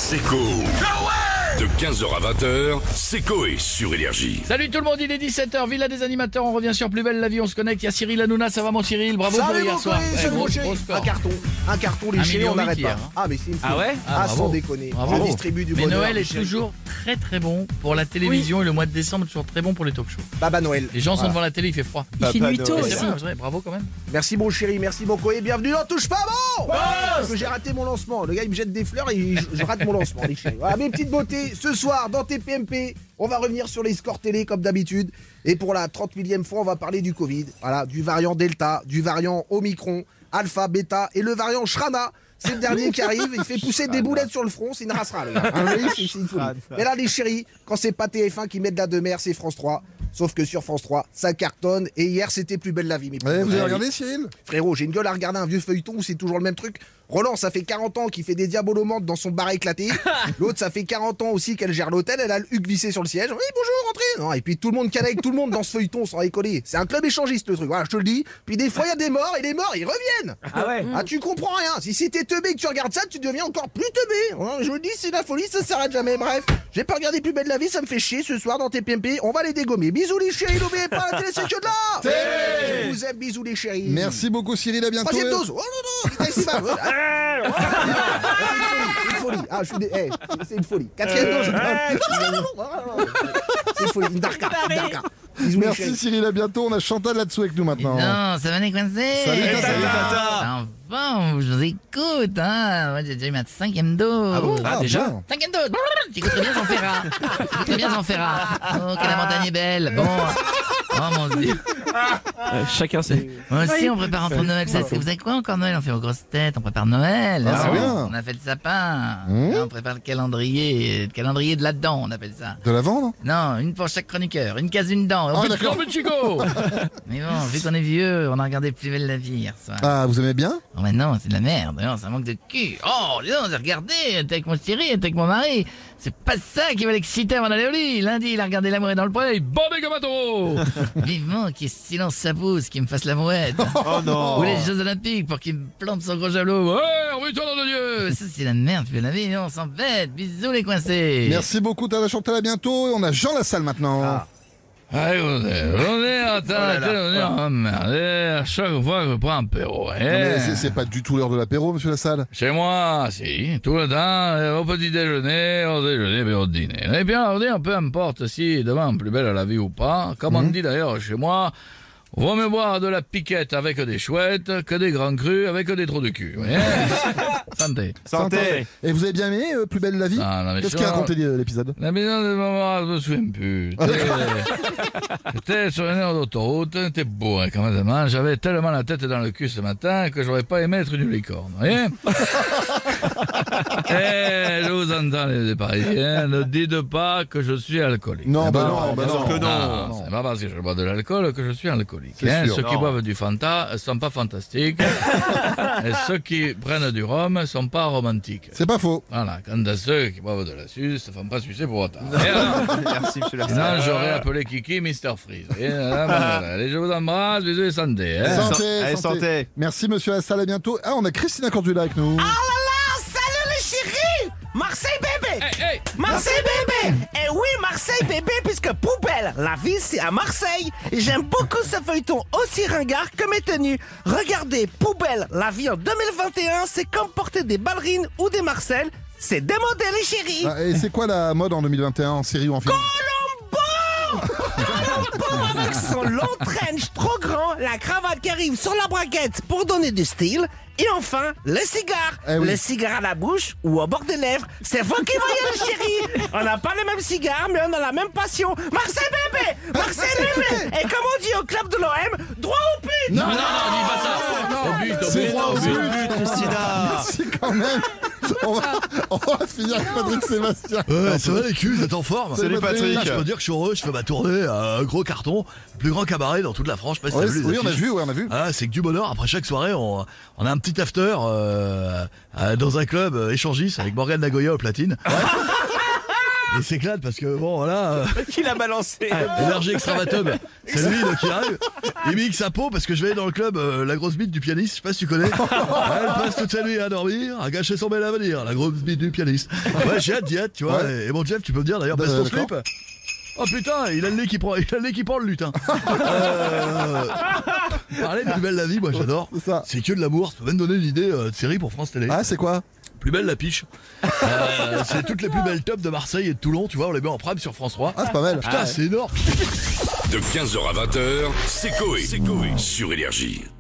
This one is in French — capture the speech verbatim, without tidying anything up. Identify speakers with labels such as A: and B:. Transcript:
A: Seco. De quinze heures à vingt heures, c'est Coé sur Énergie.
B: Salut tout le monde, il est dix-sept heures, Villa des animateurs, on revient sur Plus belle la vie, on se connecte, il y a Cyril Hanouna, ça va mon Cyril, bravo pour
C: Salut
B: hier
C: mon
B: soir.
C: Coé,
B: Ouais,
C: c'est
B: gros-
C: mon chéri.
B: gros score.
C: Un carton, un carton, les
B: Un
C: chéris,
B: million
C: on n'arrête
B: huit
C: pas.
B: hier, hein.
C: Ah mais c'est une
B: Ah
C: folie.
B: ouais
C: Ah,
B: Ah,
C: sans
B: bravo.
C: déconner.
B: Bravo.
C: Je distribue du
B: Mais
C: bonheur.
B: Noël
C: les
B: est
C: chéris.
B: toujours très très bon pour la télévision et le mois de décembre est toujours très bon pour les talk shows.
C: Baba Noël.
B: Les gens sont
C: Voilà.
B: devant la télé, il fait froid.
D: Il fait nuit tôt
B: Mais
D: aussi.
B: c'est vrai, c'est vrai, bravo quand même.
C: Merci mon chéri, merci mon Coé. Bienvenue dans Touche pas bon. Parce que j'ai raté mon lancement. Le gars il me jette des fleurs et je, je rate mon lancement les chéris. Voilà mes petites beautés. Ce soir dans T P M P, on va revenir sur les scores télé comme d'habitude. Et pour la trente millième fois, on va parler du Covid. Voilà, du variant Delta, du variant Omicron, Alpha, Beta et le variant Shrana. C'est le dernier qui arrive, il fait pousser des boulettes sur le front, c'est une racera, le gars. Ah oui, c'est- c'est une folie. Mais là, les chéris, quand c'est pas T F un qui met de la demeure, c'est France trois. Sauf que sur France trois, ça cartonne. Et hier, c'était Plus belle la vie. Mes petits
E: Ouais, vous
C: beautés.
E: avez regardé Cyril?
C: Frérot, j'ai une gueule à regarder un vieux feuilleton où c'est toujours le même truc. Roland, ça fait quarante ans qu'il fait des diabolomantes dans son bar éclaté. L'autre, ça fait quarante ans aussi qu'elle gère l'hôtel. Elle a le huc vissé sur le siège. Oui, bonjour, rentrez. Non, et puis tout le monde canne avec tout le monde dans ce feuilleton sans décoller. C'est un club échangiste, le truc. Voilà, je te le dis. Puis des fois, il y a des morts et les morts, ils reviennent.
D: Ah ouais.
C: Ah, tu comprends rien. Si c'était teubé et que tu regardes ça, tu deviens encore plus teubé. Hein, je le dis, c'est la folie, ça s'arrête jamais. Bref, j'ai pas regardé Plus belle la vie, ça me fait chier ce soir dans T P M P. On va les dégommer. Bisous les chéris, n'oubliez pas la télé, c'est que de là. Je vous aime, bisous les chéris.
E: Merci beaucoup Cyril, à bientôt.
C: Troisième dose. Oh non, non, putain, c'est pas. Ah, c'est une folie. Ah, je suis des. Eh, c'est une folie. Quatrième dose. C'est une folie. Une darka. Une darka. Bisous, les
E: Merci
C: chéris.
E: Cyril, à bientôt. On a Chantal là-dessous avec nous maintenant.
B: Non, ça va les coincer.
E: Salut, Tata. Salut,
D: Tata.
B: Enfin, je vous écoute, hein. Moi, j'ai déjà eu ma cinquième dose.
E: Ah bon?
D: Ah, déjà
E: bien.
B: Cinquième dose. J'écouterais bien Jean Ferrat. J'écouterais bien Jean Ferrat. Oh, que la montagne est belle. Bon. Oh mon Dieu.
D: Euh, Chacun sait.
B: Moi aussi, on prépare entre Noël. Vous savez, vous savez quoi encore Noël? On fait aux grosses têtes, on prépare Noël.
E: Ah,
B: hein.
E: c'est bien.
B: On a fait le sapin.
E: Mmh.
B: Là, on prépare le calendrier. Le calendrier de là-dedans, on appelle ça.
E: De l'avant, non?
B: Non, une pour chaque chroniqueur. Une case, une dent.
E: Ah,
B: On peut
E: d'accord.
B: on peut Chico. Mais bon, vu qu'on est vieux, on a regardé Plus belle la vie hier soir.
E: Ah, vous aimez bien?
B: Oh, mais non, c'est de la merde. Non, ça manque de cul. Oh, dis donc, j'ai regardé. T'es avec mon chéri, t'es avec mon mari. C'est pas ça qui va l'exciter avant d'aller au lit. Lundi, il a regardé L'amour est dans le pré. Bandé comme un taureau. Vivement qu'il y ait silence sa pousse, qu'il me fasse la mouette.
D: Oh non.
B: Ou les Jeux Olympiques pour qu'il me plante son gros javelot. Ouais, remue-toi dans de Dieu. Ça, c'est la merde, Plus belle la vie. On s'embête. Bisous, les coincés.
E: Merci beaucoup, Tata Chantal, à bientôt. Et on a Jean Lassalle maintenant.
C: Ah.
B: Ah, écoutez, on est en train de emmerder à chaque fois que je prends un apéro.
E: Non, mais c'est- c'est pas du tout l'heure de l'apéro, monsieur Lassalle.
B: Chez moi, si, tout le temps, euh, au petit déjeuner, au déjeuner et au dîner. Et bien, on dit, peu importe si demain Plus belle à la vie ou pas, comme on dit d'ailleurs chez moi, vaut mieux boire de la piquette avec des chouettes que des grands crus avec des trous de cul. Vous voyez Santé.
D: Santé.
E: Et vous avez bien aimé euh, Plus belle la vie?
B: Non, non, mais
E: Qu'est-ce
B: je-
E: qui a raconté l'é- l'épisode?
B: La maison de maman, je me souviens plus. J'étais- J'étais sur une heure d'autoroute, c'était beau hein, quand même. J'avais tellement la tête dans le cul ce matin que j'aurais pas aimé être une licorne. Vous voyez Et je vous entends les Parisiens, ne dites pas que je suis alcoolique.
E: Non,
B: C'est
E: bah
B: pas-
E: non, bah non.
D: que non.
B: non, c'est pas parce que je bois de l'alcool que je suis alcoolique.
E: C'est
B: hein.
E: sûr.
B: Ceux qui
D: Non.
B: boivent du Fanta sont pas fantastiques. Et ceux qui prennent du rhum sont pas romantiques.
E: C'est pas faux.
B: Voilà, quant à ceux qui boivent de la suce, se font pas sucer pour autant. Et alors,
D: Merci, monsieur
B: sinon,
D: Lassalle.
B: j'aurais appelé Kiki mister Freeze. Et, là, voilà. Allez, je vous embrasse, bisous et santé. hein.
E: Santé,
D: Allez, santé.
E: Merci, monsieur Lassalle, à bientôt. Ah, on a Christina Cordula avec nous.
F: Salut les chéris! Marseille bébé!
B: Hey, hey.
F: Marseille bébé! Et oui, Marseille bébé, puisque poubelle, la vie c'est à Marseille. Et j'aime beaucoup ce feuilleton aussi ringard que mes tenues. Regardez, poubelle, la vie en deux mille vingt et un, c'est comme porter des ballerines ou des Marcel. C'est démodé les chéris!
E: Ah, et c'est quoi la mode en deux mille vingt et un en série ou en film?
F: Colombo avec son long trench trop grand, la cravate qui arrive sur la braguette pour donner du style. Et enfin, le cigare.
E: Eh oui.
F: Le cigare à la bouche ou au bord des lèvres. C'est vous qui voyez les chéris. On n'a pas les mêmes cigares, mais on a la même passion. Marseille bébé! Marseille bébé! Et comme on dit au club de l'O M, droit au but!
B: Non, non, non, dis pas ça. Au but, au
E: C'est
B: but,
E: droit
B: au
E: au
B: but.
E: but.
D: Christina.
E: Merci quand même. On va, on va finir avec Patrick Sébastien.
G: Ouais, c'est vrai les culs, vous êtes en forme.
E: Salut, Patrick.
G: Putain, je peux dire que je suis heureux, je fais ma tournée, un gros carton, le plus grand cabaret dans toute la France, je sais pas si
E: Ouais,
G: t'as vu les
E: oui, on a
G: affiches.
E: vu, ouais, on a vu.
G: Ah, c'est que du bonheur, après chaque soirée, on, on a un petit after euh, euh, dans un club euh, échangiste avec Morgane Nagoya au platine. il s'éclate parce que bon voilà, euh,
D: Qui l'a balancé
G: énergie extravatum, c'est lui là, qui arrive. Il mixe sa peau parce que je vais aller dans le club euh, la grosse bite du pianiste, je sais pas si tu connais. Elle passe toute sa nuit à dormir, à gâcher son bel avenir, la grosse bite du pianiste. Ouais, j'ai hâte d'y être, tu vois.
E: Ouais.
G: Et bon Jeff, tu peux me dire d'ailleurs, baisse
E: Euh,
G: ton
E: d'accord.
G: slip. Oh putain, il a le nez qui prend, il a le nez qui prend le lutin. Euh... Parler de Plus belle la vie, moi j'adore.
E: C'est ça.
G: C'est que de l'amour, ça peut même donner une idée euh, de série pour France Télé.
E: Ah, c'est quoi?
G: Plus belle la piche. Euh, c'est toutes les plus belles tops de Marseille et de Toulon, tu vois, on les met en prime sur France trois.
E: Ah, c'est pas mal.
G: Putain, c'est énorme.
A: De quinze heures à vingt heures, c'est Coé sur Énergie.